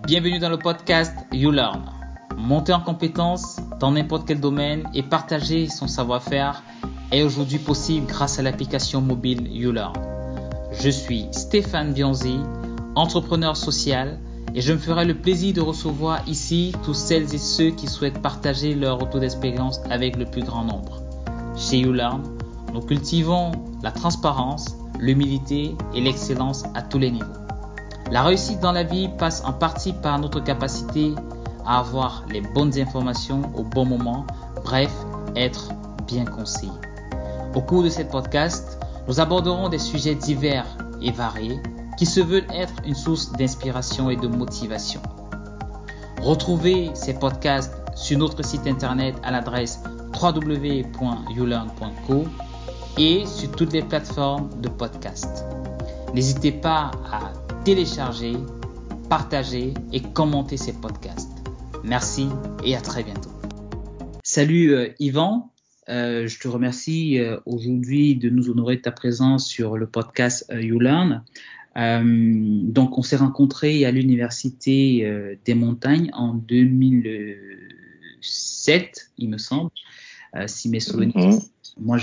Bienvenue dans le podcast You Learn. Monter en compétences dans n'importe quel domaine et partager son savoir-faire est aujourd'hui possible grâce à l'application mobile You Learn. Je suis Stéphane Bianzi, entrepreneur social, et je me ferai le plaisir de recevoir ici tous celles et ceux qui souhaitent partager leur retour d'expérience avec le plus grand nombre. Chez You Learn, nous cultivons la transparence, l'humilité et l'excellence à tous les niveaux. La réussite dans la vie passe en partie par notre capacité à avoir les bonnes informations au bon moment, bref, être bien conseillé. Au cours de ce podcast, nous aborderons des sujets divers et variés qui se veulent être une source d'inspiration et de motivation. Retrouvez ces podcasts sur notre site internet à l'adresse www.youlearn.co et sur toutes les plateformes de podcast. N'hésitez pas à télécharger, partager et commenter ces podcasts. Merci et à très bientôt. Salut Yvan, je te remercie aujourd'hui de nous honorer de ta présence sur le podcast You Learn. Donc on s'est rencontrés à l'Université des Montagnes en 2007, il me semble, si mes souvenirs. Moi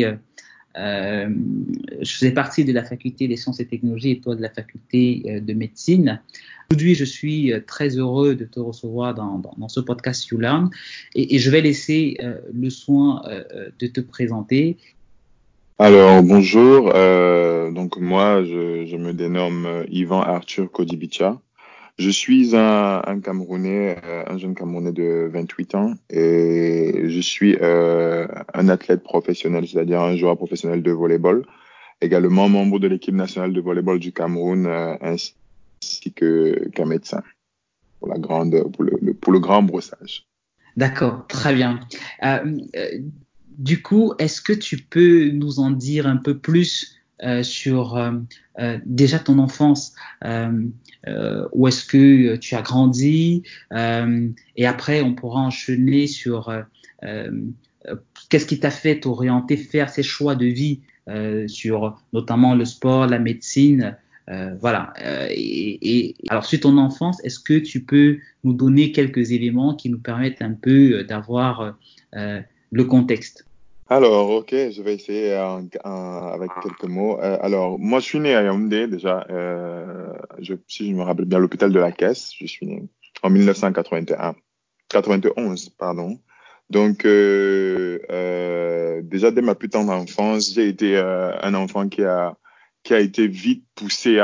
je faisais partie de la faculté des sciences et technologies et toi de la faculté de médecine. Aujourd'hui, je suis très heureux de te recevoir dans ce podcast You Learn et je vais laisser le soin de te présenter. Alors, bonjour. Donc moi, je me dénomme Yvan Arthur Kodibicha. Je suis un Camerounais, un jeune Camerounais de 28 ans et je suis un athlète professionnel, c'est-à-dire un joueur professionnel de volleyball, également membre de l'équipe nationale de volleyball du Cameroun, ainsi qu'un médecin pour le grand brossage. D'accord, très bien. Du coup, est-ce que tu peux nous en dire un peu plus sur déjà ton enfance, où est-ce que tu as grandi, et après on pourra enchaîner sur qu'est-ce qui t'a fait t'orienter, faire ces choix de vie sur notamment le sport, la médecine, voilà. Et alors sur ton enfance, est-ce que tu peux nous donner quelques éléments qui nous permettent un peu d'avoir le contexte? Alors, ok, je vais essayer avec quelques mots. Alors, moi, je suis né à Yaoundé déjà. Si je me rappelle bien, l'hôpital de la Caisse. Je suis né en 91, pardon. Donc, déjà dès ma plus tendre enfance, j'ai été un enfant qui a été vite poussé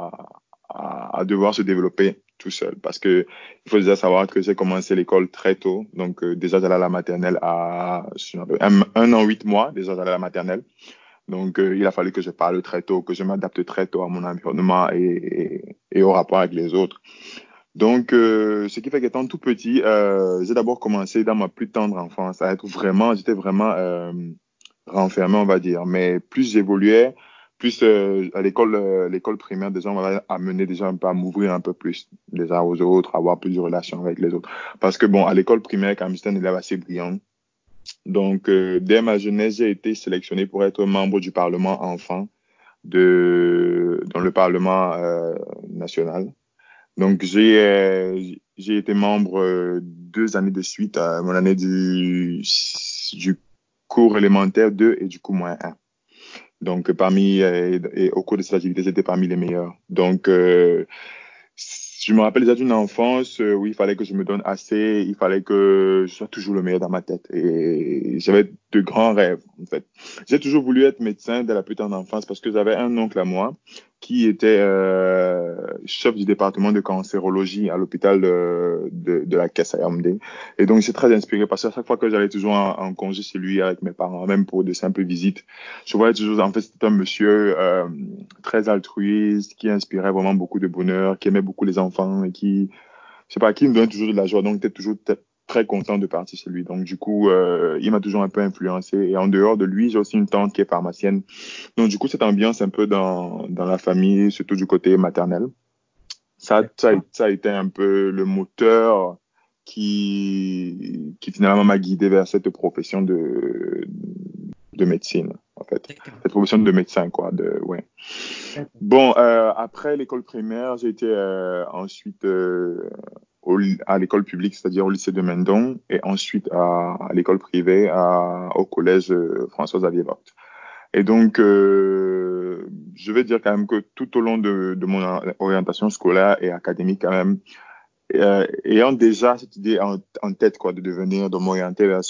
à devoir se développer tout seul. Parce que il faut déjà savoir que j'ai commencé l'école très tôt. Donc, déjà, j'allais à la maternelle à un an, 8 mois. Déjà, j'allais à la maternelle. Donc, il a fallu que je parle très tôt, que je m'adapte très tôt à mon environnement et au rapport avec les autres. Donc, ce qui fait qu'étant tout petit, j'ai d'abord commencé dans ma plus tendre enfance à être j'étais vraiment renfermé, on va dire. Mais plus j'évoluais, plus à l'école primaire, déjà, on m'avait amené déjà un peu à m'ouvrir un peu plus les uns aux autres, à avoir plus de relations avec les autres. Parce que bon, à l'école primaire, quand même, j'étais un élève assez brillant. Donc, dès ma jeunesse, j'ai été sélectionné pour être membre du Parlement enfant dans le Parlement national. Donc, j'ai été membre 2 années de suite, mon année du cours élémentaire 2 et du cours moins 1. Donc, et au cours de cette activité, j'étais parmi les meilleurs. Donc, je me rappelle déjà d'une enfance où il fallait que je me donne assez, il fallait que je sois toujours le meilleur dans ma tête. Et j'avais de grands rêves, en fait. J'ai toujours voulu être médecin dès la plus tendre enfance parce que j'avais un oncle à moi qui était chef du département de cancérologie à l'hôpital de la Caisse à Yaoundé. Et donc, j'étais très inspiré parce qu'à chaque fois que j'allais toujours en congé chez lui avec mes parents, même pour de simples visites, je voyais toujours, en fait, c'était un monsieur très altruiste, qui inspirait vraiment beaucoup de bonheur, qui aimait beaucoup les enfants et qui me donnait toujours de la joie. Donc, j'étais toujours très content de partir chez lui. Donc, du coup, il m'a toujours un peu influencé. Et en dehors de lui, j'ai aussi une tante qui est pharmacienne. Donc, du coup, cette ambiance un peu dans la famille, surtout du côté maternel, ça a été un peu le moteur qui finalement m'a guidé vers cette profession de médecine, en fait. Cette profession de médecin, quoi. Ouais. D'accord. Bon, après l'école primaire, j'ai été ensuite à l'école publique, c'est-à-dire au lycée de Mendon, et ensuite à l'école privée, au collège François-Xavier Vogt. Et donc, je vais dire quand même que tout au long de mon orientation scolaire et académique, quand même, ayant déjà cette idée en tête, quoi, de m'orienter vers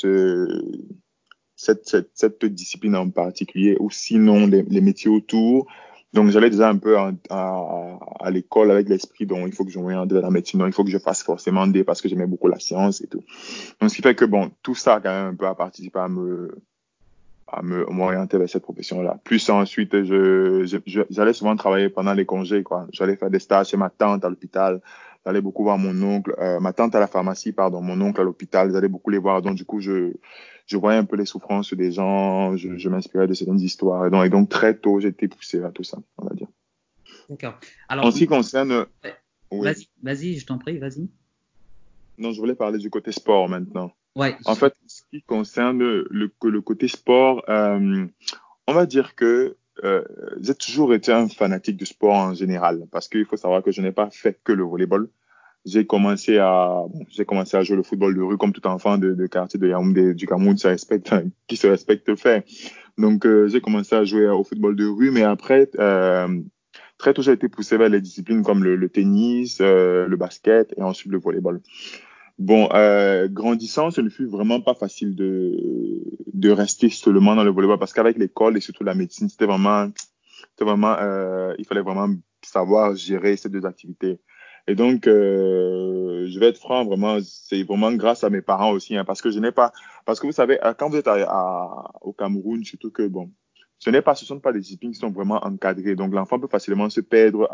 cette discipline en particulier, ou sinon les métiers autour. Donc, j'allais déjà un peu à l'école avec l'esprit dont il faut que je m'oriente vers la médecine, donc il faut que je fasse forcément parce que j'aimais beaucoup la science et tout. Donc, ce qui fait que, bon, tout ça, quand même, un peu a participé m'orienter vers cette profession-là. Plus ensuite, j'allais souvent travailler pendant les congés, quoi. J'allais faire des stages chez ma tante à l'hôpital. J'allais beaucoup voir mon oncle, ma tante à la pharmacie, pardon, mon oncle à l'hôpital. J'allais beaucoup les voir. Donc, du coup, je voyais un peu les souffrances des gens. Je m'inspirais de certaines histoires. Et donc, très tôt, j'ai été poussé à tout ça, on va dire. D'accord. En Alors, ce qui concerne, ouais, oui. vas-y, je t'en prie, vas-y. Non, je voulais parler du côté sport maintenant. Ouais, En fait, ce qui concerne le côté sport, on va dire que j'ai toujours été un fanatique du sport en général, parce qu'il faut savoir que je n'ai pas fait que le volleyball. J'ai commencé à jouer le football de rue comme tout enfant de quartier de Yaoundé, du Cameroun, qui se respecte fait. Donc, j'ai commencé à jouer au football de rue, mais après, très tôt, j'ai été poussé vers les disciplines comme le tennis, le basket et ensuite le volleyball. Bon, grandissant, ce ne fut vraiment pas facile de rester seulement dans le volleyball parce qu'avec l'école et surtout la médecine, il fallait vraiment savoir gérer ces deux activités. Et donc, je vais être franc, vraiment, c'est vraiment grâce à mes parents aussi, hein, parce que vous savez, quand vous êtes au Cameroun, surtout que, bon, ce ne sont pas des disciplines qui sont vraiment encadrées. Donc, l'enfant peut facilement se perdre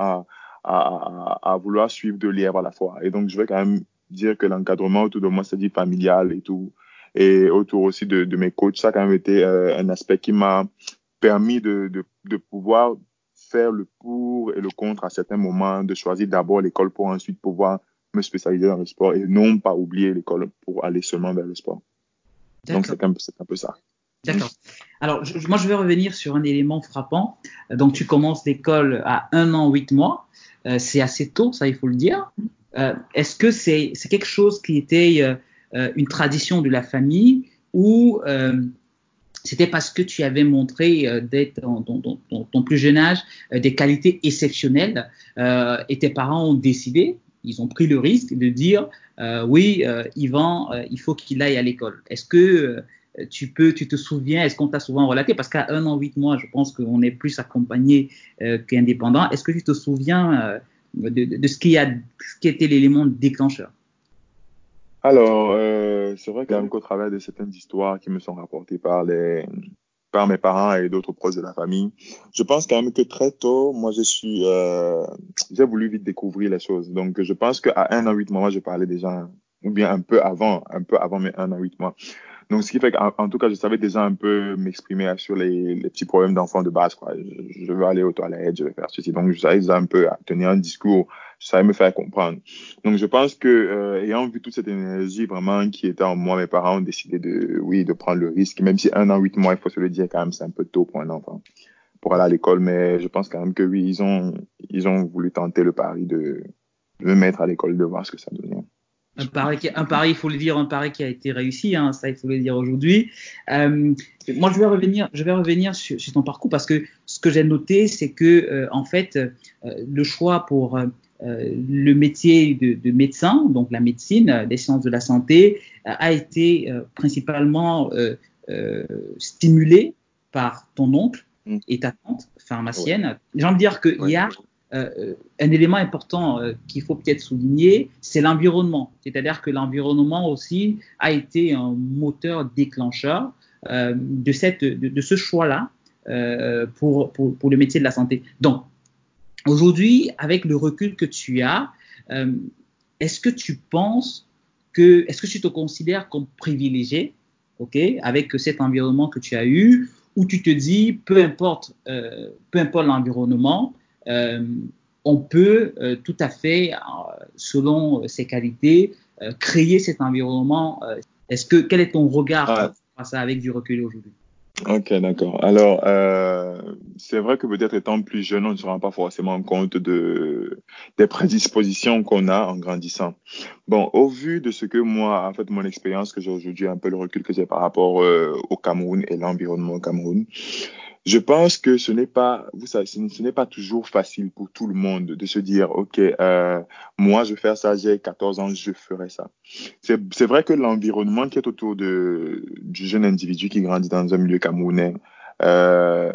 à vouloir suivre deux lièvres à la fois. Et donc, je vais quand même dire que l'encadrement autour de moi, c'est-à-dire familial et tout, et autour aussi de mes coachs, ça a quand même été un aspect qui m'a permis de pouvoir faire le pour et le contre à certains moments, de choisir d'abord l'école pour ensuite pouvoir me spécialiser dans le sport et non pas oublier l'école pour aller seulement vers le sport. Donc, d'accord. c'est un peu ça. D'accord. Alors, moi, je vais revenir sur un élément frappant. Donc, tu commences l'école à 1 an, 8 mois. C'est assez tôt, ça, il faut le dire. Est-ce que c'est quelque chose qui était une tradition de la famille ou c'était parce que tu avais montré dès ton plus jeune âge des qualités exceptionnelles et tes parents ont décidé, ils ont pris le risque de dire oui, Yvan, il faut qu'il aille à l'école. Est-ce que tu te souviens, est-ce qu'on t'a souvent relaté, parce qu'à 1 an, 8 mois, je pense qu'on est plus accompagné qu'indépendant. Est-ce que tu te souviens de ce qui était l'élément déclencheur? Alors, c'est vrai quand même qu'au travers de certaines histoires qui me sont rapportées par mes parents et d'autres proches de la famille, je pense quand même que très tôt, moi, j'ai voulu vite découvrir les choses. Donc, je pense qu'à 1 an, 8 mois, moi, je parlais déjà, ou bien un peu avant mes 1 an, 8 mois. Donc, ce qui fait qu'en tout cas, je savais déjà un peu m'exprimer sur les petits problèmes d'enfants de base, quoi. Je veux aller aux toilettes, je vais faire ceci. Donc, je savais déjà un peu à tenir un discours, je savais me faire comprendre. Donc, je pense que, ayant vu toute cette énergie vraiment qui était en moi, mes parents ont décidé oui, de prendre le risque. Même si 1 an, 8 mois, il faut se le dire quand même, c'est un peu tôt pour un enfant pour aller à l'école. Mais je pense quand même que oui, ils ont voulu tenter le pari de me mettre à l'école, de voir ce que ça donnait. Il faut le dire, un pari qui a été réussi, hein, ça il faut le dire aujourd'hui. Euh, Moi, je vais revenir sur ton parcours parce que ce que j'ai noté, c'est que en fait, le choix pour le métier de médecin, donc la médecine, les sciences de la santé, a été principalement stimulé par ton oncle Mm. et ta tante Ouais, pharmacienne. J'ai envie de dire qu'il y ouais. a un élément important qu'il faut peut-être souligner, c'est l'environnement. C'est-à-dire que l'environnement aussi a été un moteur déclencheur de ce choix-là pour le métier de la santé. Donc, aujourd'hui, avec le recul que tu as, euh, est-ce que tu te considères comme privilégié, ok, avec cet environnement que tu as eu, ou tu te dis, peu importe l'environnement, euh, on peut tout à fait, selon ses qualités, créer cet environnement. Quel est ton regard par Ah, rapport à ça avec du recul aujourd'hui? Ok, d'accord. Alors, c'est vrai que peut-être étant plus jeune, on ne se rend pas forcément compte des prédispositions qu'on a en grandissant. Bon, au vu de ce que moi, en fait, mon expérience que j'ai aujourd'hui, un peu le recul que j'ai par rapport au Cameroun et l'environnement au Cameroun, je pense que ce n'est pas, vous savez, ce n'est pas toujours facile pour tout le monde de se dire, OK, moi, je vais faire ça, j'ai 14 ans, je ferai ça. C'est vrai que l'environnement qui est autour du jeune individu qui grandit dans un milieu camerounais, euh,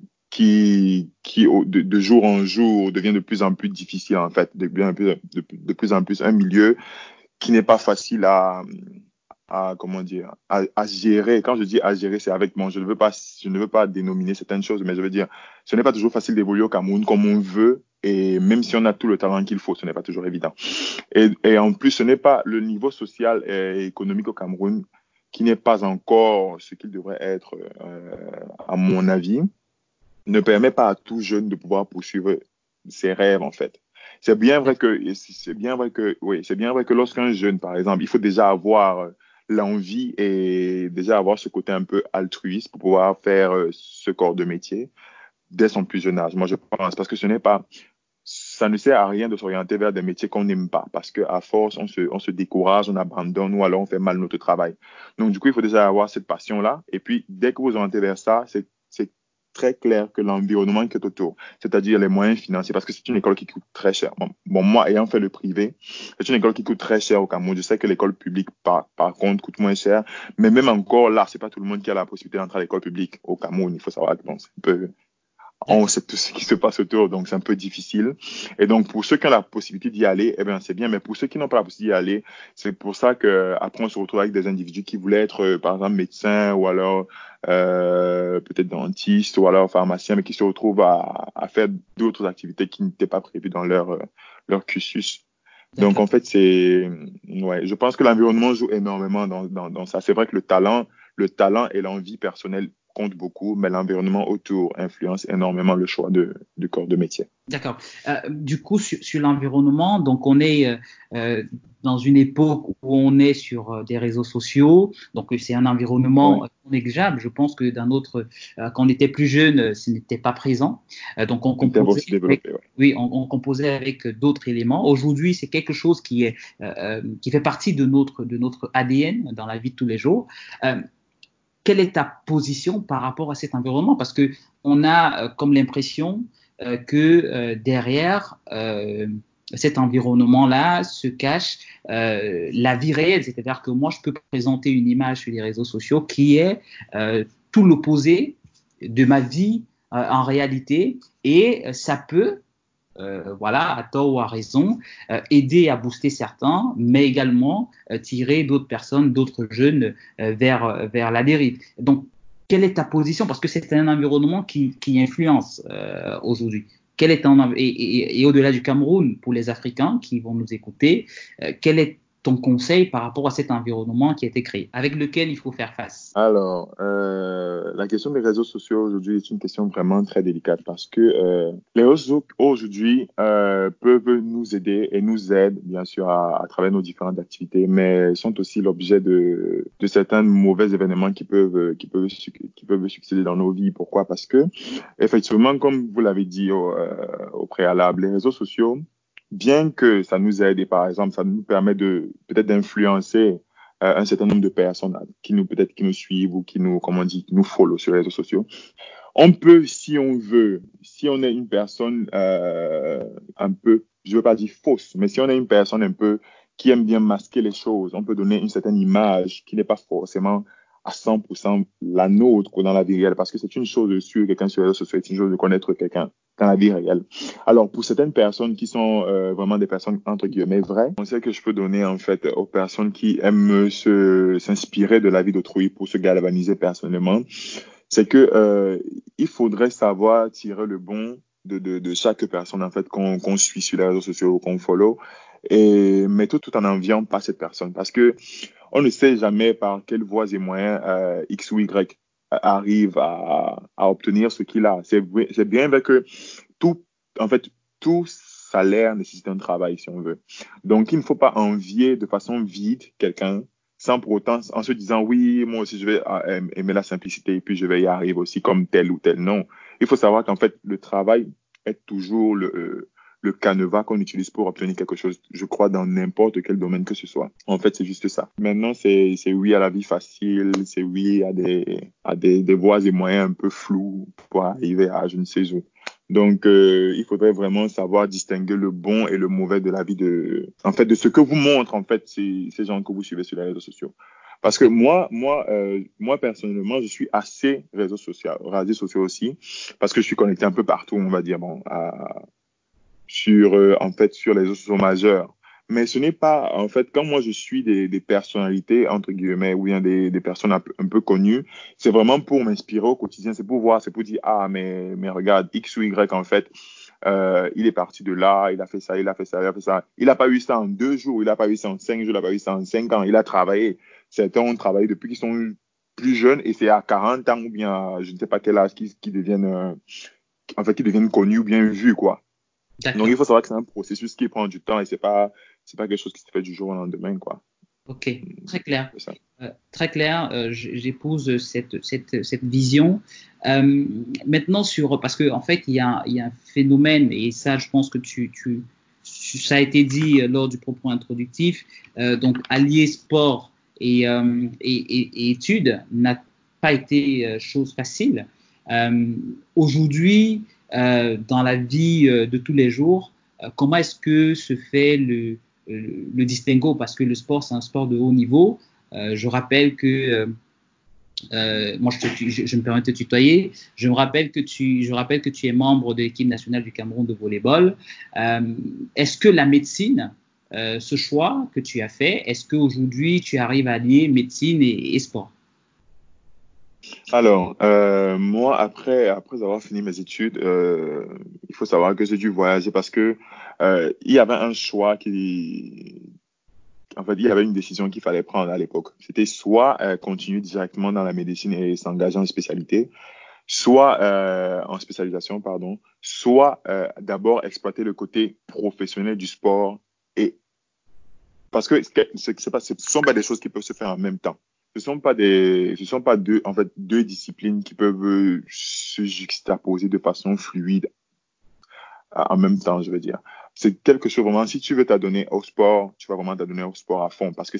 de jour en jour devient de plus en plus difficile, en fait, devient de plus en plus un milieu qui n'est pas facile comment dire, à gérer. Quand je dis à gérer, c'est avec moi. Je ne veux pas dénominer certaines choses, mais je veux dire, ce n'est pas toujours facile d'évoluer au Cameroun comme on veut. Et même si on a tout le talent qu'il faut, ce n'est pas toujours évident. Et en plus, ce n'est pas le niveau social et économique au Cameroun qui n'est pas encore ce qu'il devrait être, à mon avis, ne permet pas à tout jeune de pouvoir poursuivre ses rêves, en fait. Oui, c'est bien vrai que lorsqu'un jeune, par exemple, il faut déjà avoir l'envie et déjà avoir ce côté un peu altruiste pour pouvoir faire ce corps de métier dès son plus jeune âge. Moi, je pense, parce que ça ne sert à rien de s'orienter vers des métiers qu'on n'aime pas, parce qu'à force, on se décourage, on abandonne ou alors on fait mal notre travail. Donc, du coup, il faut déjà avoir cette passion-là. Et puis, dès que vous orientez vers ça, c'est très clair que l'environnement qui est autour, c'est-à-dire les moyens financiers, parce que c'est une école qui coûte très cher. Bon, moi, ayant fait le privé, c'est une école qui coûte très cher au Cameroun. Je sais que l'école publique, par contre, coûte moins cher, mais même encore là, c'est pas tout le monde qui a la possibilité d'entrer à l'école publique au Cameroun. Il faut savoir que bon, c'est un peu, on D'accord. sait tout ce qui se passe autour, donc c'est un peu difficile. Et donc, pour ceux qui ont la possibilité d'y aller, eh bien, c'est bien. Mais pour ceux qui n'ont pas la possibilité d'y aller, c'est pour ça que après on se retrouve avec des individus qui voulaient être, par exemple, médecins ou alors peut-être dentistes ou alors pharmaciens, mais qui se retrouvent à faire d'autres activités qui n'étaient pas prévues dans leur cursus. Donc, D'accord. en fait, ouais, je pense que l'environnement joue énormément dans ça. C'est vrai que le talent et l'envie personnelle comptent beaucoup, mais l'environnement autour influence énormément le choix du corps de métier. D'accord. Du coup, sur l'environnement, donc on est euh, dans une époque où on est sur des réseaux sociaux, donc c'est un environnement Oui, non négligeable. Je pense que quand on était plus jeune, ce n'était pas présent. Donc on c'était composait aussi avec, développé, oui. oui, on composait avec d'autres éléments. Aujourd'hui, c'est quelque chose qui fait partie de notre ADN dans la vie de tous les jours. Euh, Quelle est ta position par rapport à cet environnement? Parce que on a comme l'impression que derrière cet environnement-là se cache la vie réelle. C'est-à-dire que moi, je peux présenter une image sur les réseaux sociaux qui est tout l'opposé de ma vie en réalité, et ça peut voilà, à tort ou à raison, aider à booster certains, mais également tirer d'autres personnes, d'autres jeunes vers la dérive. Donc, quelle est ta position? Parce que c'est un environnement qui influence aujourd'hui. Et au-delà du Cameroun, pour les Africains qui vont nous écouter, quel est ton conseil par rapport à cet environnement qui a été créé, avec lequel il faut faire face? Alors, la question des réseaux sociaux aujourd'hui est une question vraiment très délicate parce que les réseaux aujourd'hui peuvent nous aider et nous aident bien sûr à travers nos différentes activités, mais sont aussi l'objet de certains mauvais événements qui peuvent succéder dans nos vies. Pourquoi? Parce que effectivement, comme vous l'avez dit au préalable, les réseaux sociaux, bien que ça nous aide et par exemple ça nous permet de peut-être d'influencer un certain nombre de personnes peut-être qui nous suivent ou qui nous, comment on dit, qui nous follow sur les réseaux sociaux. On peut, si on veut, si on est une personne un peu, je veux pas dire fausse, mais si on est une personne un peu qui aime bien masquer les choses, on peut donner une certaine image qui n'est pas forcément à 100% la nôtre dans la vie réelle, parce que c'est une chose de suivre quelqu'un sur les réseaux sociaux, c'est une chose de connaître quelqu'un dans la vie réelle. Alors, pour certaines personnes qui sont vraiment des personnes entre guillemets vraies, on sait que je peux donner en fait aux personnes qui aiment s'inspirer de la vie d'autrui pour se galvaniser personnellement, c'est que il faudrait savoir tirer le bon de chaque personne en fait qu'on suit sur les réseaux sociaux, qu'on follow, mais tout en n'enviant pas cette personne, parce que on ne sait jamais par quelles voies et moyens X ou Y arrive à obtenir ce qu'il a. C'est bien vrai que tout, en fait, tout salaire nécessite un travail, si on veut. Donc, il ne faut pas envier de façon vide quelqu'un sans pour autant, en se disant, oui, moi aussi, je vais aimer la simplicité et puis je vais y arriver aussi comme tel ou tel. Non. Il faut savoir qu'en fait, le travail est toujours le canevas qu'on utilise pour obtenir quelque chose, je crois, dans n'importe quel domaine que ce soit. En fait, c'est juste ça. Maintenant, c'est oui à la vie facile, c'est oui à des voies et moyens un peu flous pour arriver à je ne sais où. Donc, il faudrait vraiment savoir distinguer le bon et le mauvais de la vie en fait, de ce que vous montrent, en fait, ces gens que vous suivez sur les réseaux sociaux. Parce que moi, personnellement, je suis assez réseaux sociaux aussi, parce que je suis connecté un peu partout, on va dire, bon, en fait, sur les réseaux sociaux majeurs. Mais ce n'est pas, en fait, quand moi je suis des personnalités, entre guillemets, ou bien des personnes un peu connues, c'est vraiment pour m'inspirer au quotidien, c'est pour voir, c'est pour dire, ah, mais regarde, X ou Y, en fait, il est parti de là, il a fait ça, il a fait ça, il a fait ça. Il n'a pas eu ça en 2 jours, il n'a pas eu ça en 5 jours, il n'a pas eu ça en 5 ans, il a travaillé. Certains ont travaillé depuis qu'ils sont plus jeunes et c'est à 40 ans ou bien à je ne sais pas quel âge qui deviennent, en fait, qui deviennent connus ou bien vus, quoi. Donc, il D'accord. faut savoir que c'est un processus qui prend du temps et c'est pas quelque chose qui se fait du jour au lendemain, quoi. Ok, très clair. C'est ça. Très clair, j'épouse cette vision. Euh, Maintenant, parce que en fait, il y a un phénomène, et ça, je pense que ça a été dit lors du propos introductif, donc allier sport et études n'a pas été chose facile. Aujourd'hui, dans la vie de tous les jours, comment est-ce que se fait le distinguo? Parce que le sport, c'est un sport de haut niveau. Je rappelle que moi, je me permets de te tutoyer. Je rappelle que tu es membre de l'équipe nationale du Cameroun de volleyball. Est-ce que la médecine, ce choix que tu as fait, est-ce qu'aujourd'hui tu arrives à lier médecine et sport? Alors, moi, après avoir fini mes études, il faut savoir que j'ai dû voyager parce que il y avait un choix en fait, il y avait une décision qu'il fallait prendre à l'époque. C'était soit continuer directement dans la médecine et s'engager en spécialité, soit en spécialisation, pardon, soit d'abord exploiter le côté professionnel du sport et parce que ce sont pas des choses qui peuvent se faire en même temps. Ce sont pas en fait, deux disciplines qui peuvent se juxtaposer de façon fluide en même temps, je veux dire. C'est quelque chose vraiment, si tu veux t'adonner au sport, tu vas vraiment t'adonner au sport à fond parce que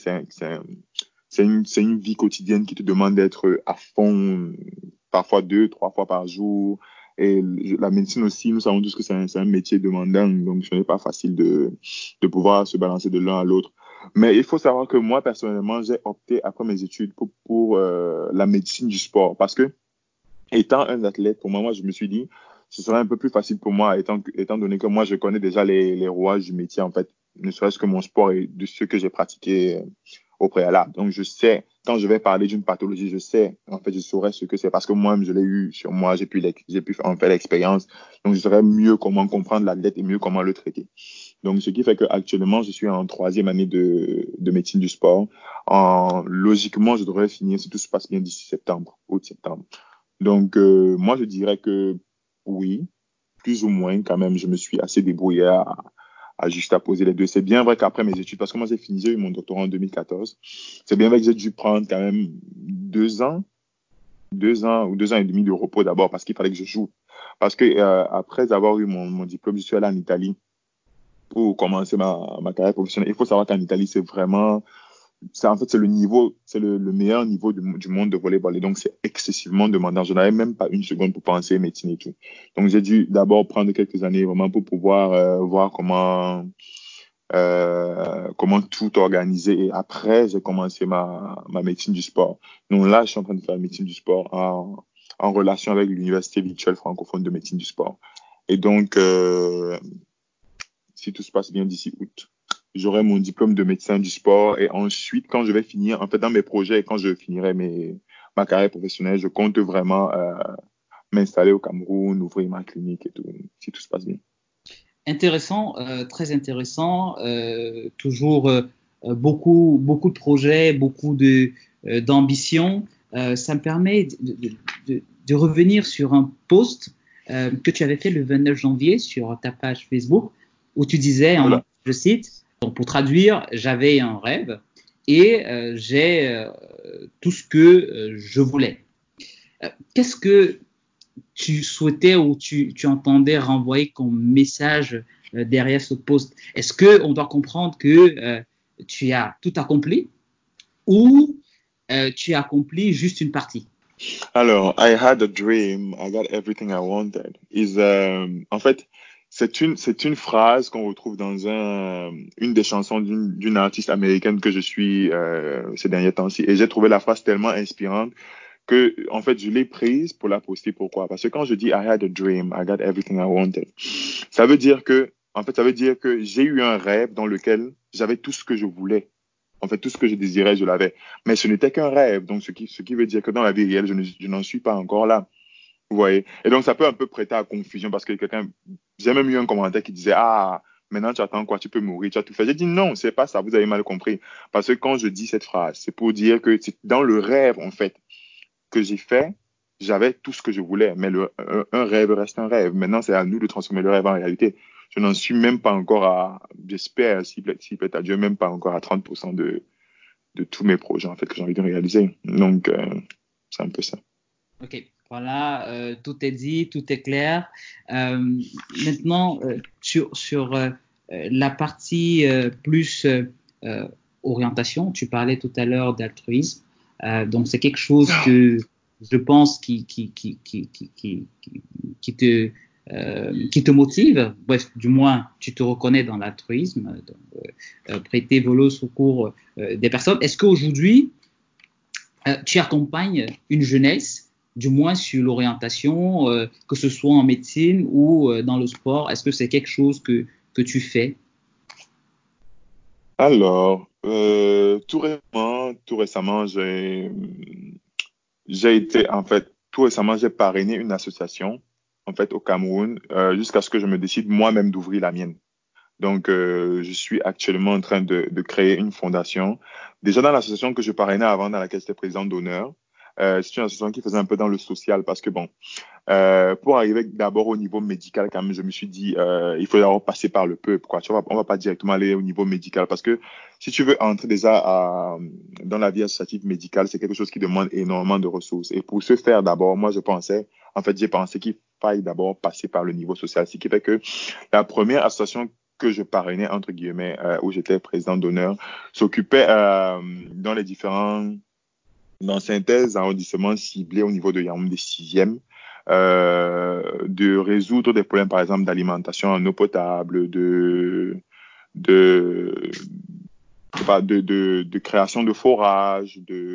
c'est une vie quotidienne qui te demande d'être à fond, parfois 2, 3 fois par jour. Et la médecine aussi, nous savons tous que c'est un métier demandant, donc ce n'est pas facile de pouvoir se balancer de l'un à l'autre. Mais il faut savoir que moi, personnellement, j'ai opté après mes études pour la médecine du sport parce que étant un athlète, pour moi, je me suis dit, ce serait un peu plus facile pour moi, étant donné que moi, je connais déjà les rouages du métier, en fait, ne serait-ce que mon sport et de ce que j'ai pratiqué au préalable. Donc, je sais, quand je vais parler d'une pathologie, je sais, en fait, je saurais ce que c'est parce que moi-même, je l'ai eu sur moi, j'ai pu en faire l'expérience. Donc, je saurais mieux comment comprendre l'athlète et mieux comment le traiter. Donc, ce qui fait qu'actuellement, je suis en 3e année de médecine du sport. Logiquement, je devrais finir, si tout se passe bien, d'ici septembre, août-septembre. Donc, moi, je dirais que oui, plus ou moins quand même, je me suis assez débrouillé à juxtaposer les deux. C'est bien vrai qu'après mes études, parce que moi, j'ai eu mon doctorat en 2014, c'est bien vrai que j'ai dû prendre quand même 2 ans, 2 ans ou 2 ans et demi de repos d'abord parce qu'il fallait que je joue. Parce que après avoir eu mon diplôme, je suis allé en Italie pour commencer ma carrière professionnelle. Il faut savoir qu'en Italie, en fait, c'est le niveau, c'est le meilleur niveau du monde de volleyball. Et donc, c'est excessivement demandant. Je n'avais même pas une seconde pour penser médecine et tout. Donc, j'ai dû d'abord prendre quelques années vraiment pour pouvoir voir comment tout organiser. Et après, j'ai commencé ma médecine du sport. Donc là, je suis en train de faire la médecine du sport en relation avec l'Université virtuelle francophone de médecine du sport. Et donc, si tout se passe bien d'ici août, j'aurai mon diplôme de médecin du sport et ensuite, quand je vais finir, en fait, dans mes projets et quand je finirai ma carrière professionnelle, je compte vraiment m'installer au Cameroun, ouvrir ma clinique et tout, si tout se passe bien. Intéressant, très intéressant. Toujours beaucoup de projets, d'ambition. Ça me permet de revenir sur un post que tu avais fait le 29 janvier sur ta page Facebook où tu disais, Voilà. je cite, donc pour traduire, j'avais un rêve et j'ai tout ce que je voulais. Qu'est-ce que tu souhaitais ou tu entendais renvoyer comme message derrière ce post? Est-ce que on doit comprendre que tu as tout accompli ou tu as accompli juste une partie? Alors, I had a dream, I got everything I wanted. En fait, c'est une phrase qu'on retrouve dans une des chansons d'une artiste américaine que je suis ces derniers temps-ci. Et j'ai trouvé la phrase tellement inspirante que, en fait, je l'ai prise pour la poster. Pourquoi? Parce que quand je dis I had a dream, I got everything I wanted, ça veut dire que j'ai eu un rêve dans lequel j'avais tout ce que je voulais. En fait, tout ce que je désirais, je l'avais. Mais ce n'était qu'un rêve. Donc, ce qui veut dire que dans la vie réelle, je n'en suis pas encore là. Vous voyez? Et donc, ça peut un peu prêter à confusion parce que j'ai même eu un commentaire qui disait, ah, maintenant tu attends quoi? Tu peux mourir, tu as tout fait. J'ai dit non, c'est pas ça. Vous avez mal compris. Parce que quand je dis cette phrase, c'est pour dire que c'est dans le rêve, en fait, que j'ai fait, j'avais tout ce que je voulais. Mais un rêve reste un rêve. Maintenant, c'est à nous de transformer le rêve en réalité. Je n'en suis même pas encore j'espère, s'il plaît à Dieu, même pas encore à 30% de tous mes projets, en fait, que j'ai envie de réaliser. Donc, c'est un peu ça. Ok, voilà, tout est dit, tout est clair. Maintenant, sur la partie plus orientation, tu parlais tout à l'heure d'altruisme. Donc, c'est quelque chose que je pense qui te motive. Bref, du moins, tu te reconnais dans l'altruisme, prêter volo au secours des personnes. Est-ce qu'aujourd'hui, tu accompagnes une jeunesse, du moins sur l'orientation, que ce soit en médecine ou dans le sport? Est-ce que c'est quelque chose que tu fais? Alors, tout récemment, j'ai été, en fait, tout récemment, j'ai parrainé une association, en fait, au Cameroun, jusqu'à ce que je me décide moi-même d'ouvrir la mienne. Donc, je suis actuellement en train de créer une fondation. Déjà dans l'association que je parrainais avant, dans laquelle j'étais président d'honneur, c'est une association qui faisait un peu dans le social parce que bon, pour arriver d'abord au niveau médical, quand même, je me suis dit, il faut d'abord passer par le peuple, quoi. Tu vois, on va pas directement aller au niveau médical parce que si tu veux entrer déjà dans la vie associative médicale, c'est quelque chose qui demande énormément de ressources. Et pour ce faire, d'abord, j'ai pensé qu'il faille d'abord passer par le niveau social. Ce qui fait que la première association que je parrainais, entre guillemets, où j'étais président d'honneur, s'occupait dans synthèse arrondissements ciblés au niveau de Yaoundé 6e, de résoudre des problèmes, par exemple, d'alimentation en eau potable, de, je sais pas, de création de forages,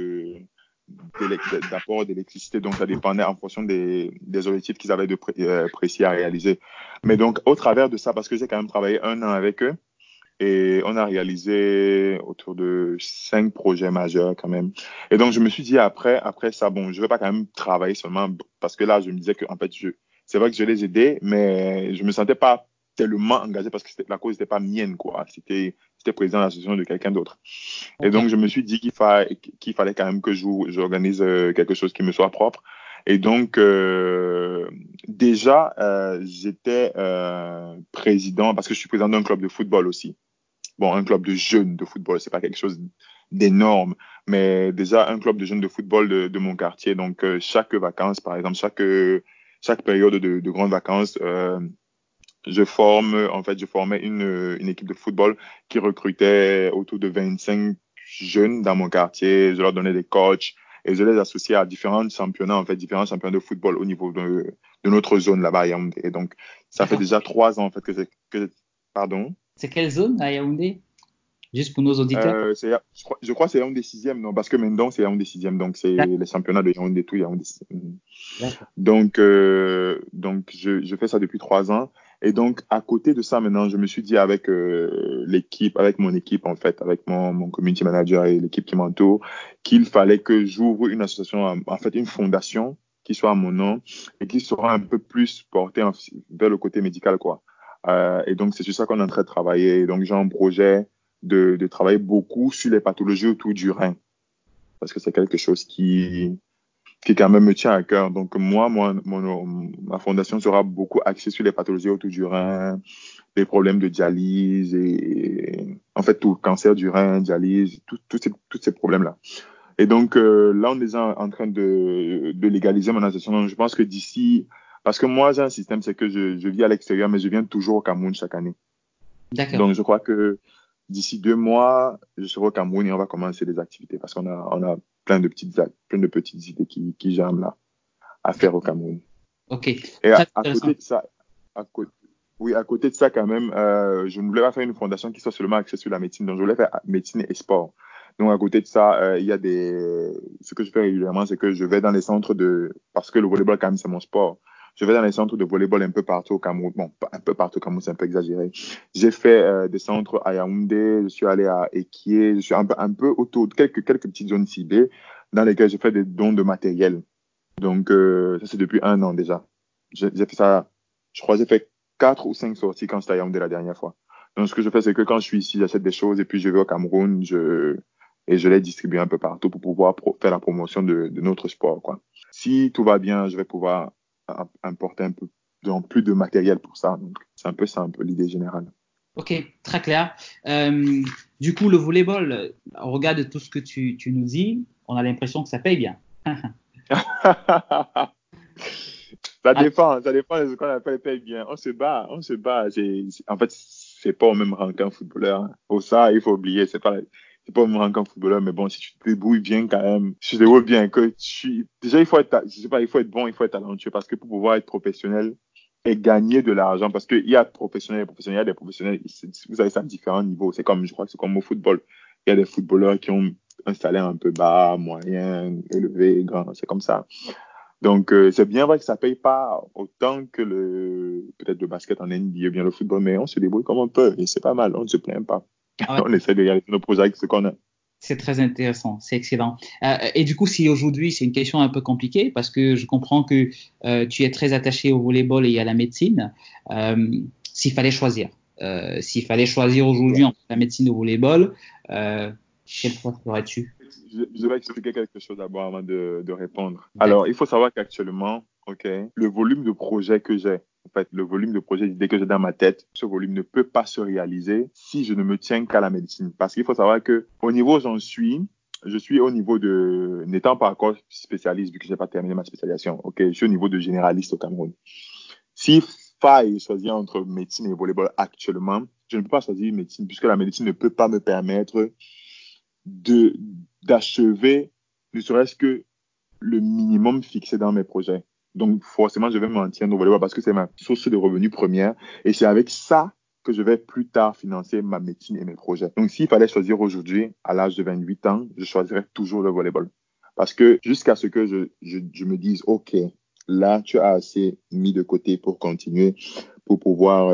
d'apport d'électricité. Donc, ça dépendait en fonction des objectifs qu'ils avaient précis à réaliser. Mais donc, au travers de ça, parce que j'ai quand même travaillé un an avec eux, et on a réalisé autour de 5 projets majeurs quand même. Et donc, je me suis dit après ça, bon, je vais pas quand même travailler seulement parce que là, je me disais que, en fait, c'est vrai que je les aidais, mais je me sentais pas tellement engagé parce que la cause n'était pas mienne, quoi. C'était président de l'association de quelqu'un d'autre. Et Ok. donc, je me suis dit qu'il fallait quand même que j'organise quelque chose qui me soit propre. Et donc, déjà, j'étais président, parce que je suis président d'un club de football aussi. Bon, un club de jeunes de football, c'est pas quelque chose d'énorme, mais déjà un club de jeunes de football de mon quartier. Donc, chaque vacances, par exemple, chaque période de grandes vacances, je formais une équipe de football qui recrutait autour de 25 jeunes dans mon quartier. Je leur donnais des coachs et je les associais à différents championnats, en fait, différents championnats de football au niveau de notre zone là-bas à Yaoundé. Et donc, ça fait D'accord. déjà 3 ans, en fait, pardon? C'est quelle zone à Yaoundé? Juste pour nos auditeurs. Je crois que c'est Yaoundé 6e, non, parce que Mendon, c'est Yaoundé 6e, donc c'est D'accord. les championnats de Yaoundé, tout Yaoundé 6e. D'accord. Donc je fais ça depuis 3 ans. Et donc, à côté de ça, maintenant, je me suis dit avec avec mon équipe, en fait, avec mon community manager et l'équipe qui m'entoure, qu'il fallait que j'ouvre une association, en fait, une fondation qui soit à mon nom et qui sera un peu plus portée vers le côté médical, quoi. Et donc, c'est sur ça qu'on est en train de travailler. Et donc, j'ai un projet de travailler beaucoup sur les pathologies autour du rein, parce que c'est quelque chose qui quand même me tient à cœur. Donc, ma fondation sera beaucoup axée sur les pathologies autour du rein, des problèmes de dialyse et en fait tout cancer du rein, dialyse, tous ces problèmes-là. Et donc là, on est en train de légaliser mon association. Donc, je pense que d'ici, parce que moi, j'ai un système, c'est que je vis à l'extérieur, mais je viens toujours au Cameroun chaque année. D'accord. Donc, je crois que d'ici 2 mois, je serai au Cameroun et on va commencer des activités parce qu'on a plein de petites idées qui germent là à faire au Cameroun. Ok. Et Très à intéressant. côté de ça, à côté, oui, à côté de ça quand même, je ne voulais pas faire une fondation qui soit seulement axée sur la médecine. Donc, je voulais faire médecine et sport. Donc, à côté de ça, il y a ce que je fais régulièrement, c'est que je vais dans les centres parce que le volleyball quand même, c'est mon sport. Je vais dans les centres de volleyball un peu partout au Cameroun. Bon, pas un peu partout au Cameroun, c'est un peu exagéré. J'ai fait des centres à Yaoundé, je suis allé à Ekié, je suis un peu autour de quelques petites zones ciblées dans lesquelles je fais des dons de matériel. Donc, ça, c'est depuis 1 an déjà. J'ai fait ça, je crois que j'ai fait 4 ou 5 sorties quand j'étais à Yaoundé la dernière fois. Donc, ce que je fais, c'est que quand je suis ici, j'achète des choses et puis je vais au Cameroun, et je les distribue un peu partout pour pouvoir faire la promotion de notre sport, quoi. Si tout va bien, je vais pouvoir importer un peu, donc plus de matériel pour ça. Donc, c'est un peu ça, un peu l'idée générale. Ok, très clair. Du coup, le volleyball, au regard de tout ce que tu nous dis, on a l'impression que ça paye bien. Ah, Ça dépend de ce qu'on appelle paye bien. On se bat. En fait, c'est pas au même rang qu'un footballeur, hein. Pour ça, il faut oublier, c'est pas au même rang qu'un footballeur, mais bon, si tu te débrouilles bien quand même, si tu te débrouilles bien, déjà, je sais pas, il faut être bon, il faut être talentueux, parce que pour pouvoir être professionnel et gagner de l'argent, parce qu'il y a professionnels et professionnels, il y a des professionnels, vous avez ça à différents niveaux. Je crois que c'est comme au football. Il y a des footballeurs qui ont un salaire un peu bas, moyen, élevé, grand, c'est comme ça. Donc, c'est bien vrai que ça paye pas autant que peut-être le basket en NBA ou bien le football, mais on se débrouille comme on peut et c'est pas mal, on ne se plaint pas. ouais, On essaie de réaliser nos projets avec ce qu'on a. c'est très intéressant, c'est excellent. Et du coup, si aujourd'hui, c'est une question un peu compliquée, parce que je comprends que tu es très attaché au volleyball et à la médecine, s'il fallait choisir, s'il fallait choisir aujourd'hui entre la médecine et le volleyball, quel choix ferais-tu? Je vais expliquer quelque chose d'abord avant de répondre. D'accord. Alors, il faut savoir qu'actuellement, OK, le volume de projets que j'ai, en fait, le volume de projets d'idées que j'ai dans ma tête, ce volume ne peut pas se réaliser si je ne me tiens qu'à la médecine. Parce qu'il faut savoir que au niveau où je suis au niveau n'étant pas encore spécialiste, vu que j'ai pas terminé ma spécialisation, OK, je suis au niveau de généraliste au Cameroun. S'il faille choisir entre médecine et volleyball actuellement, je ne peux pas choisir médecine puisque la médecine ne peut pas me permettre de d'achever ne serait-ce que le minimum fixé dans mes projets. Donc, forcément, je vais m'en tiendre au volleyball parce que c'est ma source de revenus première et c'est avec ça que je vais plus tard financer ma médecine et mes projets. Donc, s'il fallait choisir aujourd'hui, à l'âge de 28 ans, je choisirais toujours le volleyball. Parce que jusqu'à ce que je me dise, OK, là, tu as assez mis de côté pour continuer, pour pouvoir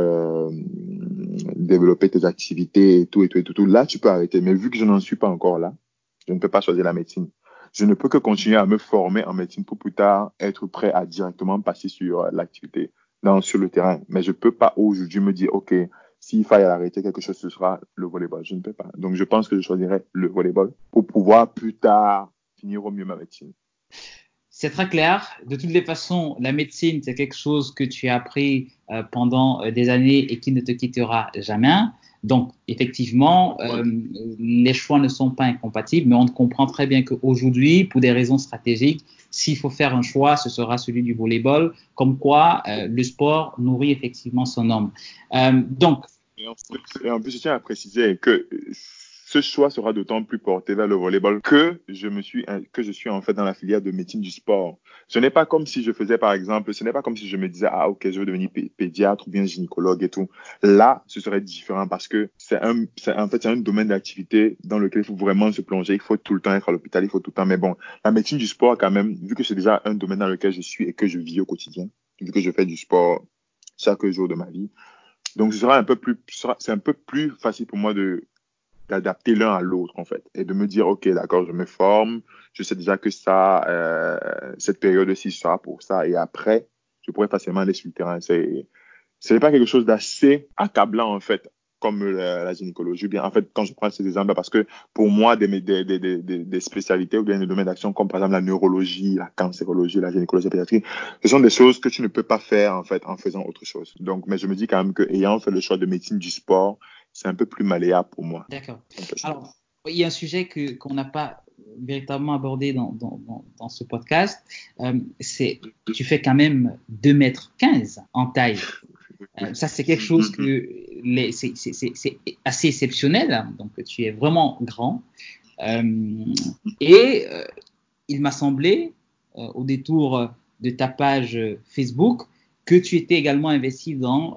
développer tes activités et tout, et tout, et tout, tout. Là, tu peux arrêter. Mais vu que je n'en suis pas encore là, je ne peux pas choisir la médecine. Je ne peux que continuer à me former en médecine pour plus tard être prêt à directement passer sur l'activité, sur le terrain. Mais je ne peux pas aujourd'hui me dire, OK, s'il faille arrêter quelque chose, ce sera le volleyball. Je ne peux pas. Donc, je pense que je choisirais le volleyball pour pouvoir plus tard finir au mieux ma médecine. C'est très clair. De toutes les façons, la médecine, c'est quelque chose que tu as appris pendant des années et qui ne te quittera jamais. Donc, effectivement, les choix ne sont pas incompatibles, mais on comprend très bien qu'aujourd'hui, pour des raisons stratégiques, s'il faut faire un choix, ce sera celui du volleyball, comme quoi le sport nourrit effectivement son homme. Donc, Et en plus, je tiens à préciser que ce choix sera d'autant plus porté vers le volleyball que je suis en fait dans la filière de médecine du sport. Ce n'est pas comme si je faisais, par exemple, ce n'est pas comme si je me disais, ah, ok, je veux devenir pédiatre ou bien gynécologue et tout. Là, ce serait différent parce que en fait, c'est un domaine d'activité dans lequel il faut vraiment se plonger. Il faut tout le temps être à l'hôpital, il faut tout le temps. Mais bon, la médecine du sport, quand même, vu que c'est déjà un domaine dans lequel je suis et que je vis au quotidien, vu que je fais du sport chaque jour de ma vie, donc, c'est un peu plus facile pour moi d'adapter l'un à l'autre, en fait, et de me dire, OK, d'accord, je me forme, je sais déjà que cette période-ci sera pour ça, et après, je pourrais facilement aller sur le terrain. C'est pas quelque chose d'assez accablant, en fait, comme la gynécologie. Bien, en fait, quand je prends ces exemples, parce que pour moi, des spécialités ou bien des domaines d'action comme par exemple la neurologie, la cancérologie, la gynécologie, la pédiatrie, ce sont des choses que tu ne peux pas faire en fait en faisant autre chose. Donc, mais je me dis quand même que ayant fait le choix de médecine du sport, c'est un peu plus malléable pour moi. D'accord. Un peu ça. Alors, il y a un sujet qu'on n'a pas véritablement abordé dans ce podcast. Tu fais quand même 2,15 m en taille. Ça, c'est quelque chose c'est assez exceptionnel. Donc, tu es vraiment grand. Et il m'a semblé, au détour de ta page Facebook, que tu étais également investi dans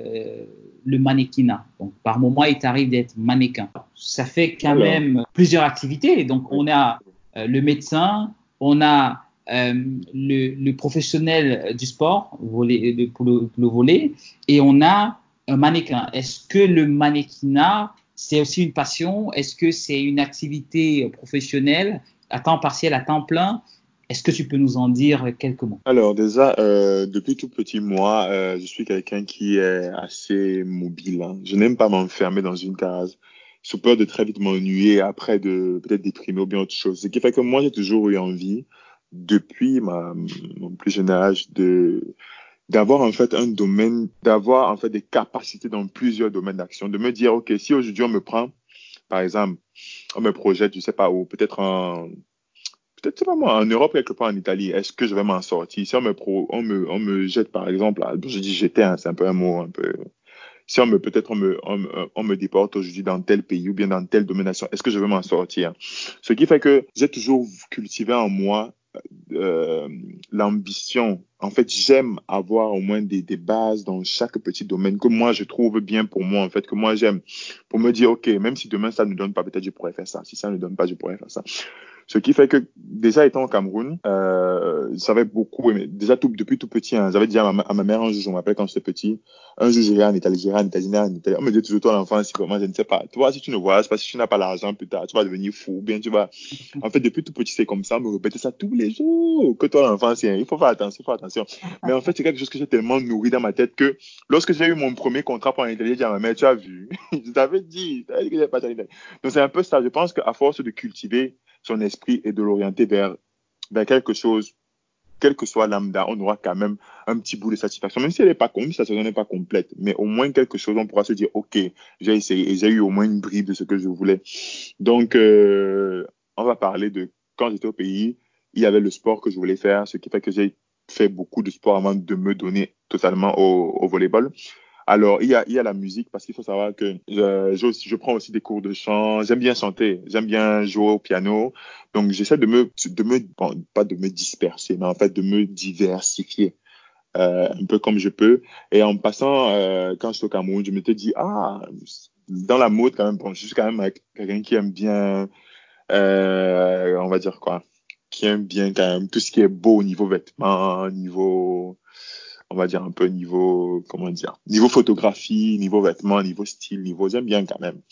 le mannequinat. Donc, par moment, il t'arrive d'être mannequin. Ça fait quand Alors, même plusieurs activités. Donc, oui. on a le médecin, on a le professionnel du sport pour le volley, et on a un mannequin. Est-ce que le mannequinat, c'est aussi une passion? Est-ce que c'est une activité professionnelle à temps partiel, à temps plein? Est-ce que tu peux nous en dire quelques mots? Alors déjà, depuis tout petit, moi, je suis quelqu'un qui est assez mobile, hein. Je n'aime pas m'enfermer dans une case, sous peur de très vite m'ennuyer, après de peut-être déprimer ou bien autre chose. Ce qui fait que moi, j'ai toujours eu envie, depuis mon plus jeune âge, d'avoir en fait un domaine, d'avoir en fait des capacités dans plusieurs domaines d'action, de me dire, OK, si aujourd'hui on me prend, par exemple, on me projette, je sais pas où, peut-être, c'est pas moi, en Europe, quelque part en Italie, est-ce que je vais m'en sortir? Si on me jette, par exemple, je dis jeter, hein, c'est un peu un mot, un peu. Si peut-être on me déporte aujourd'hui dans tel pays ou bien dans tel domaine d'action, est-ce que je vais m'en sortir? Ce qui fait que j'ai toujours cultivé en moi euh, l'ambition. En fait, j'aime avoir au moins des bases dans chaque petit domaine que moi je trouve bien pour moi, en fait, que moi j'aime. Pour me dire, OK, même si demain ça ne donne pas, peut-être je pourrais faire ça. Si ça ne donne pas, je pourrais faire ça. Ce qui fait que, déjà étant au Cameroun, j'avais beaucoup aimé. Déjà depuis tout petit, hein, j'avais dit à ma mère un jour, je me rappelle quand j'étais petit, un jour j'irai en Italie, en Italie. On me dit toujours, toi l'enfant, si comment, je ne sais pas. Toi, si tu ne voyages pas, si tu n'as pas l'argent plus tard, tu vas devenir fou, ou bien tu vas. En fait, depuis tout petit, c'est comme ça, on me répétait ça tous les jours, que toi l'enfant, il faut faire attention, il faut faire attention. Mais en fait, c'est quelque chose que j'ai tellement nourri dans ma tête que lorsque j'ai eu mon premier contrat pour en Italie, j'ai dit à ma mère, tu as vu, je t'avais dit que j'ai pas en Italie. Donc c'est un peu ça. Je pense qu'à force de cultiver son esprit et de l'orienter vers quelque chose, quel que soit lambda, on aura quand même un petit bout de satisfaction, même si elle n'est pas, même si la saison n'est pas complète, mais au moins quelque chose, on pourra se dire, OK, j'ai essayé et j'ai eu au moins une bribe de ce que je voulais. Donc, on va parler de quand j'étais au pays, il y avait le sport que je voulais faire, ce qui fait que j'ai fait beaucoup de sport avant de me donner totalement au volleyball. Alors, il y a la musique parce qu'il faut savoir que je prends aussi des cours de chant. J'aime bien chanter, j'aime bien jouer au piano. Donc, j'essaie bon, pas de me disperser, mais en fait de me diversifier un peu comme je peux. Et en passant, quand je suis au Cameroun, je m'étais dit, ah, dans la mode quand même, bon, je suis quand même quelqu'un qui aime bien, on va dire quoi, qui aime bien quand même tout ce qui est beau au niveau vêtements, niveau on va dire un peu niveau, comment dire, niveau photographie, niveau vêtements, niveau style, niveau, j'aime bien quand même.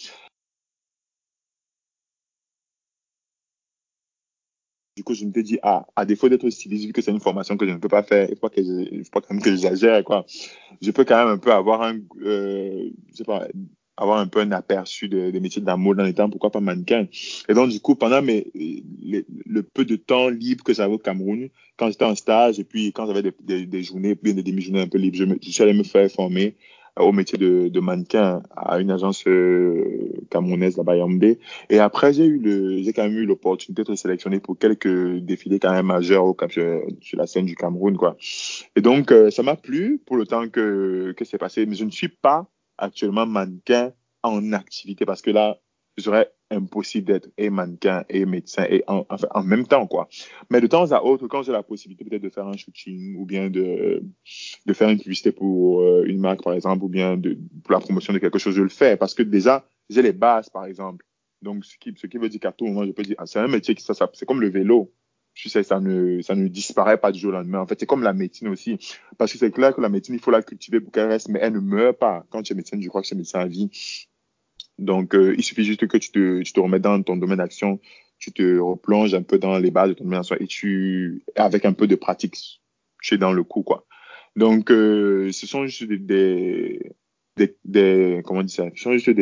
Du coup, je me suis dit, ah, à défaut d'être styliste, vu que c'est une formation que je ne peux pas faire, il faut quand même que j'exagère, quoi. Je peux quand même un peu avoir je sais pas, avoir un peu un aperçu des métiers de la mode en étant, pourquoi pas mannequin. Et donc, du coup, pendant le peu de temps libre que j'avais au Cameroun, quand j'étais en stage et puis quand j'avais des journées, puis des demi-journées un peu libres, je suis allé me faire former au métier de mannequin à une agence camerounaise là-bas à Yaoundé. Et après, j'ai quand même eu l'opportunité d'être sélectionné pour quelques défilés quand même majeurs sur la scène du Cameroun, quoi. Et donc, ça m'a plu pour le temps que c'est passé, mais je ne suis pas actuellement mannequin en activité parce que là, ce serait impossible d'être et mannequin et médecin et enfin, en même temps, quoi. Mais de temps à autre, quand j'ai la possibilité peut-être de faire un shooting ou bien de faire une publicité pour une marque, par exemple, ou bien pour la promotion de quelque chose, je le fais parce que déjà, j'ai les bases, par exemple. Donc, ce qui veut dire qu'à tout moment, je peux dire, ah, c'est un métier qui, c'est comme le vélo. Tu sais, ça ne disparaît pas du jour au lendemain. En fait, c'est comme la médecine aussi. Parce que c'est clair que la médecine, il faut la cultiver pour qu'elle reste, mais elle ne meurt pas. Quand tu es médecin, je crois que tu es médecin à vie. Donc, il suffit juste que tu te remettes dans ton domaine d'action, tu te replonges un peu dans les bases de ton domaine d'action et avec un peu de pratique, tu es dans le coup, quoi. Donc, ce sont juste des comment on dit ça? Ce sont juste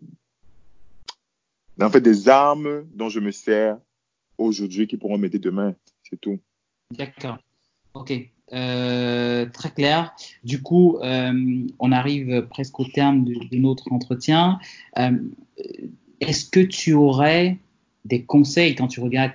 en fait, des armes dont je me sers aujourd'hui qui pourront m'aider demain. C'est tout. D'accord. Ok. Très clair. Du coup, on arrive presque au terme de notre entretien. Euh, Est-ce que tu aurais des conseils quand tu regardes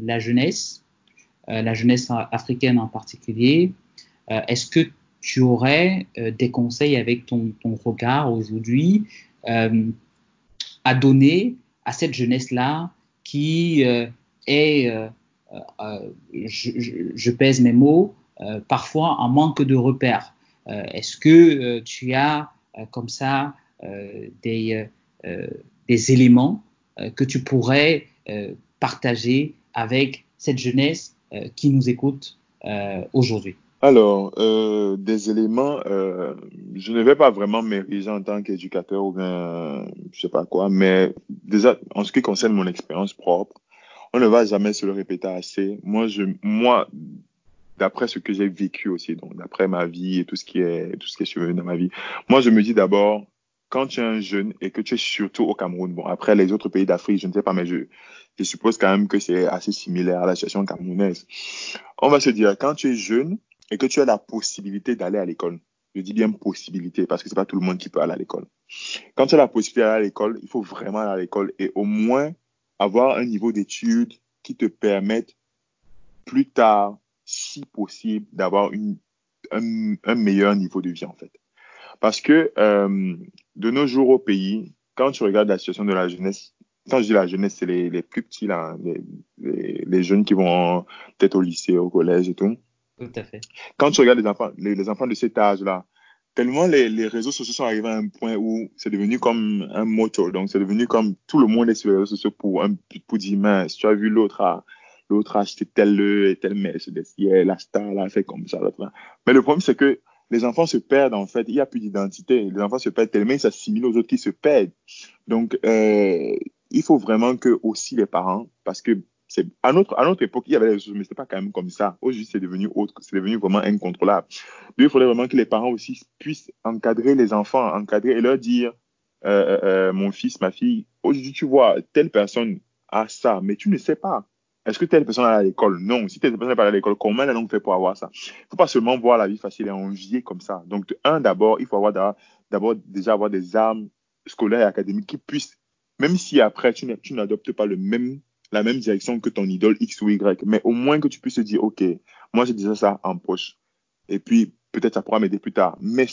la jeunesse africaine en particulier? Est-ce que tu aurais des conseils avec ton regard aujourd'hui euh, à donner à cette jeunesse-là qui est, je pèse mes mots, parfois en manque de repères? Est-ce que tu as comme ça des, des éléments que tu pourrais partager avec cette jeunesse qui nous écoute aujourd'hui? Alors, des éléments, je ne vais pas vraiment m'ériger en tant qu'éducateur ou bien, je sais pas quoi, mais déjà, en ce qui concerne mon expérience propre, on ne va jamais se le répéter assez. Moi, d'après ce que j'ai vécu aussi, donc d'après ma vie et tout ce qui est survenu dans ma vie, moi, je me dis d'abord, quand tu es un jeune et que tu es surtout au Cameroun, bon, après les autres pays d'Afrique, je ne sais pas, mais je suppose quand même que c'est assez similaire à la situation camerounaise. On va se dire, quand tu es jeune et que tu as la possibilité d'aller à l'école, je dis bien possibilité parce que c'est pas tout le monde qui peut aller à l'école. Quand tu as la possibilité d'aller à l'école, il faut vraiment aller à l'école et au moins avoir un niveau d'études qui te permette plus tard, si possible, d'avoir un meilleur niveau de vie en fait. Parce que de nos jours au pays, quand tu regardes la situation de la jeunesse, quand je dis la jeunesse, c'est les plus petits, là, les jeunes qui vont peut-être au lycée, au collège et tout. Tout à fait. Quand tu regardes les enfants de cet âge-là, tellement les réseaux sociaux sont arrivés à un point où c'est devenu comme un moto. Donc, c'est devenu comme tout le monde est sur les réseaux sociaux pour dire, mince, tu as vu l'autre a acheté tel et tel Mercedes, yeah, la star, là, fait comme ça, l'autre, là. Mais le problème, c'est que les enfants se perdent, en fait. Il n'y a plus d'identité. Les enfants se perdent tellement, ils s'assimilent aux autres qui se perdent. Donc, il faut vraiment que aussi les parents, parce que à notre époque, il y avait les choses, mais c'était pas quand même comme ça. Aujourd'hui, c'est devenu autre, c'est devenu vraiment incontrôlable. Donc, il faudrait vraiment que les parents aussi puissent encadrer les enfants, encadrer et leur dire, mon fils, ma fille, aujourd'hui, tu vois, telle personne a ça, mais tu ne sais pas. Est-ce que telle personne est à l'école? Non. Si telle personne n'est pas à l'école, comment elle a donc fait pour avoir ça? Il ne faut pas seulement voir la vie facile et envier comme ça. Donc, d'abord, il faut d'abord déjà avoir des armes scolaires et académiques qui puissent, même si après tu n'adoptes pas la même direction que ton idole X ou Y, mais au moins que tu puisses te dire, OK, moi j'ai déjà ça en poche. Et puis, peut-être ça pourra m'aider plus tard. Mais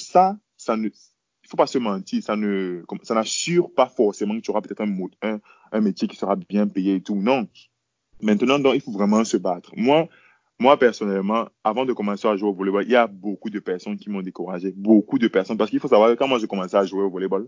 il faut pas se mentir, ça n'assure pas forcément que tu auras peut-être un métier qui sera bien payé et tout. Non. Maintenant, donc, il faut vraiment se battre. Moi, personnellement, avant de commencer à jouer au volleyball, il y a beaucoup de personnes qui m'ont découragé. Beaucoup de personnes. Parce qu'il faut savoir que quand moi, j'ai commencé à jouer au volleyball,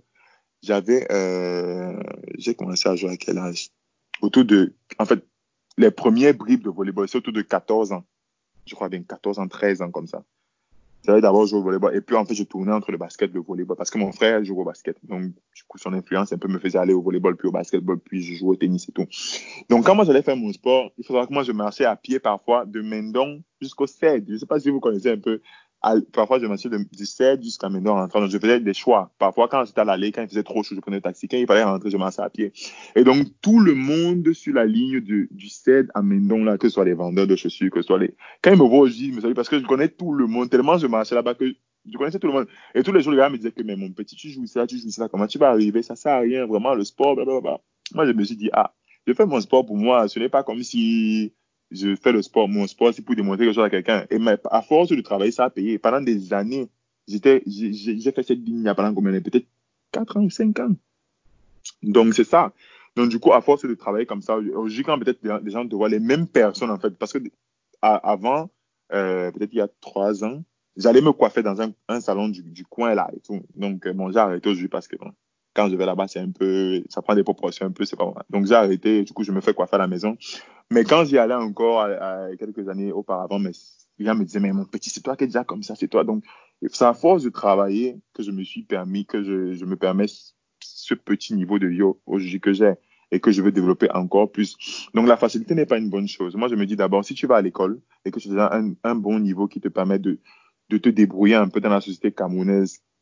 j'ai commencé à jouer à quel âge? En fait, les premiers bribes de volleyball, c'est autour de 14 ans. Je crois bien 14 ans, 13 ans comme ça. J'avais d'abord joué au volleyball et puis en fait, je tournais entre le basket et le volleyball parce que mon frère joue au basket. Donc, du coup, son influence un peu me faisait aller au volleyball puis au basketball puis je jouais au tennis et tout. Donc, quand moi j'allais faire mon sport, il faut savoir que moi je marchais à pied parfois de Mendon jusqu'au CED. Je ne sais pas si vous connaissez un peu. Parfois, je marchais du CED jusqu'à Mendon en rentrant. Donc, je faisais des choix. Parfois, quand j'étais à l'aller, quand il faisait trop chaud, je prenais le taxi. Quand il fallait rentrer, je marchais à pied. Et donc, tout le monde sur la ligne du CED à Mendon, là, que ce soit les vendeurs de chaussures, que ce soit les. Quand ils me voient, je dis, mais salut, parce que je connais tout le monde, tellement je marchais là-bas que je connaissais tout le monde. Et tous les jours, les gars me disaient que, mais mon petit, tu joues ici là, comment tu vas arriver? Ça sert à rien, vraiment, le sport, blablabla. Moi, je me suis dit, ah, je fais mon sport pour moi. Ce n'est pas comme si je fais mon sport, c'est pour démontrer quelque chose à quelqu'un. Et mais, à force de travailler, ça a payé. Pendant des années, j'ai fait cette ligne pendant combien d'années? Peut-être 4 ans ou 5 ans. Donc, c'est ça. Donc, du coup, à force de travailler comme ça, aujourd'hui, quand peut-être des gens te voient les mêmes personnes, en fait, parce que avant, peut-être il y a 3 ans, j'allais me coiffer dans un salon du coin là et tout. Donc, bon, j'ai arrêté aujourd'hui parce que bon, quand je vais là-bas, ça prend des proportions un peu, c'est pas vrai. Donc, j'ai arrêté, du coup, je me fais coiffer à la maison. Mais quand j'y allais encore quelques années auparavant, mais les gens me disaient, mais mon petit, c'est toi qui es déjà comme ça, c'est toi. Donc, c'est à force de travailler que je me suis permis, que je me permets ce petit niveau de vie aujourd'hui que j'ai et que je veux développer encore plus. Donc, la facilité n'est pas une bonne chose. Moi, je me dis d'abord, si tu vas à l'école et que tu as un bon niveau qui te permet de te débrouiller un peu dans la société camerounaise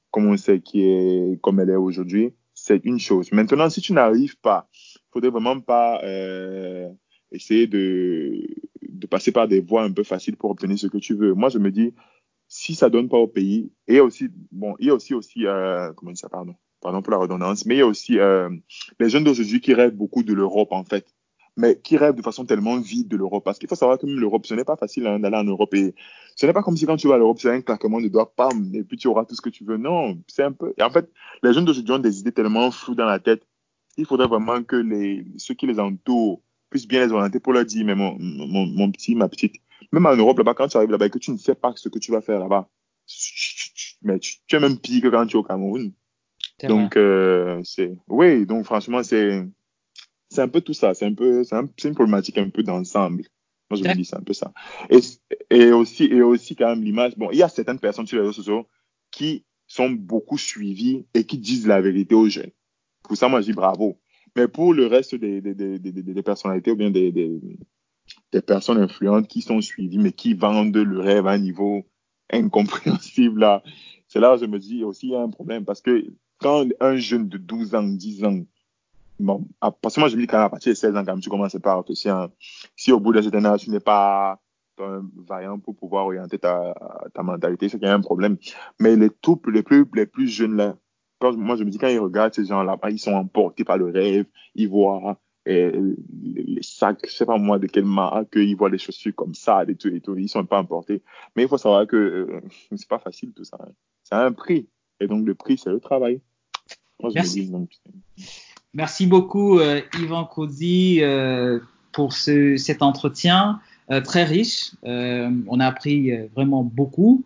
comme on sait comme elle est aujourd'hui, c'est une chose. Maintenant, si tu n'arrives pas, il faudrait vraiment pas essayer de passer par des voies un peu faciles pour obtenir ce que tu veux. Moi, je me dis, si ça donne pas au pays, et il y a aussi, bon, il y a aussi, comment dire ça, pardon pour la redondance, mais il y a aussi les jeunes d'aujourd'hui qui rêvent beaucoup de l'Europe, en fait, mais qui rêvent de façon tellement vide de l'Europe, parce qu'il faut savoir que même l'Europe, ce n'est pas facile hein, d'aller en Europe, et ce n'est pas comme si quand tu vas à l'Europe, c'est un claquement de doigts, pam, et puis tu auras tout ce que tu veux. Non, c'est un peu, et en fait, les jeunes d'aujourd'hui ont des idées tellement floues dans la tête, il faudrait vraiment que ceux qui les entourent puissent bien les orienter pour leur dire, mais mon petit, ma petite, même en Europe, là-bas, quand tu arrives là-bas et que tu ne sais pas ce que tu vas faire là-bas, mais tu es même pire que quand tu es au Cameroun. C'est vrai. Donc, oui, donc franchement, c'est un peu tout ça. C'est une problématique un peu d'ensemble. Moi, je me D'ac- dis, c'est un peu ça. Et, et aussi, quand même, l'image. Bon, il y a certaines personnes sur les réseaux sociaux qui sont beaucoup suivies et qui disent la vérité aux jeunes. Pour ça, moi, je dis bravo. Mais pour le reste des personnalités ou bien des personnes influentes qui sont suivies, mais qui vendent le rêve à un niveau incompréhensible, là, c'est là où je me dis aussi, il y a un problème. Parce que quand un jeune de 12 ans, 10 ans, bon, parce que moi, je me dis qu'à partir de 16 ans, quand même, tu commences pas à réfléchir. Hein. Si au bout d'un certain âge, tu n'es pas un vaillant pour pouvoir orienter ta mentalité, c'est qu'il y a un problème. Mais les plus jeunes, là, moi, je me dis, quand ils regardent ces gens-là, ils sont emportés par le rêve, ils voient les sacs, je sais pas moi de quelle marque, ils voient les chaussures comme ça, et tout, ils sont pas emportés. Mais il faut savoir que c'est pas facile tout ça. Hein. Ça a un prix. Et donc, le prix, c'est le travail. Moi, je me dis, Merci. donc, Merci beaucoup, Yvan Cozy, pour cet entretien très riche. On a appris vraiment beaucoup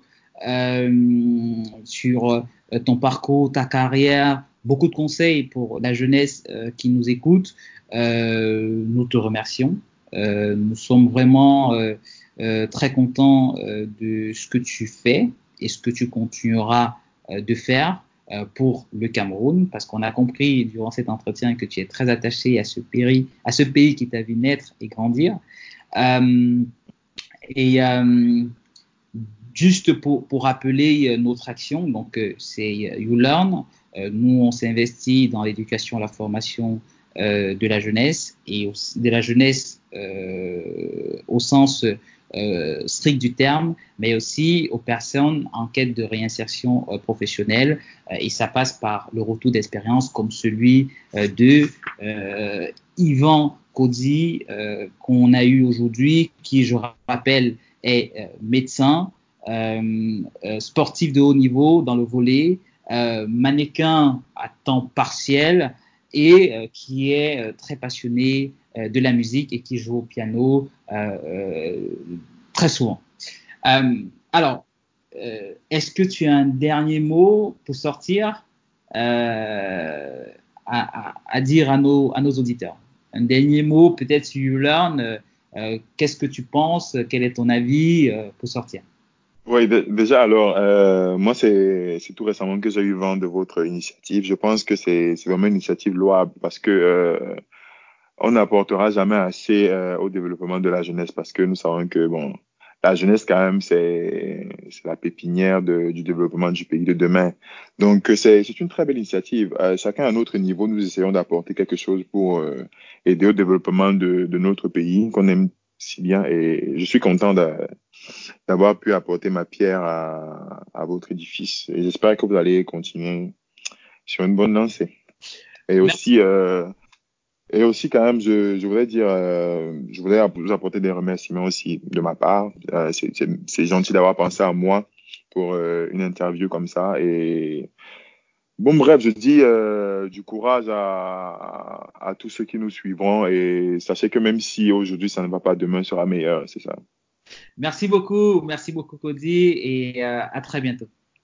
sur ton parcours, ta carrière, beaucoup de conseils pour la jeunesse qui nous écoute. Nous te remercions. Nous sommes vraiment très contents de ce que tu fais et ce que tu continueras de faire pour le Cameroun, parce qu'on a compris durant cet entretien que tu es très attaché à ce pays qui t'a vu naître et grandir. Euh, et juste pour rappeler notre action, donc c'est YouLearn. Nous, on s'investit dans l'éducation et la formation de la jeunesse et de la jeunesse au sens strict du terme, mais aussi aux personnes en quête de réinsertion professionnelle. Et ça passe par le retour d'expérience comme celui de Yvan Kodzi qu'on a eu aujourd'hui, qui, je rappelle, est médecin, sportif de haut niveau dans le volley, mannequin à temps partiel et qui est très passionné de la musique et qui joue au piano très souvent. Alors, est-ce que tu as un dernier mot pour sortir à dire à nos auditeurs? Un dernier mot, peut-être sur YouLearn. Qu'est-ce que tu penses? Quel est ton avis pour sortir? Oui, déjà, alors, moi, c'est tout récemment que j'ai eu vent de votre initiative. Je pense que c'est vraiment une initiative louable parce que on n'apportera jamais assez au développement de la jeunesse parce que nous savons que, bon, la jeunesse, quand même, c'est la pépinière du développement du pays de demain. Donc, c'est une très belle initiative. Chacun à notre niveau, nous essayons d'apporter quelque chose pour aider au développement de notre pays qu'on aime si bien et je suis content d'avoir pu apporter ma pierre à votre édifice. Et j'espère que vous allez continuer sur une bonne lancée. Et Merci. aussi, quand même, je voudrais dire, je voudrais vous apporter des remerciements aussi de ma part. C'est gentil d'avoir pensé à moi pour une interview comme ça. Et bon, bref, je dis du courage à tous ceux qui nous suivront. Et sachez que même si aujourd'hui ça ne va pas, demain sera meilleur. C'est ça. Merci beaucoup, Cody, et à très bientôt.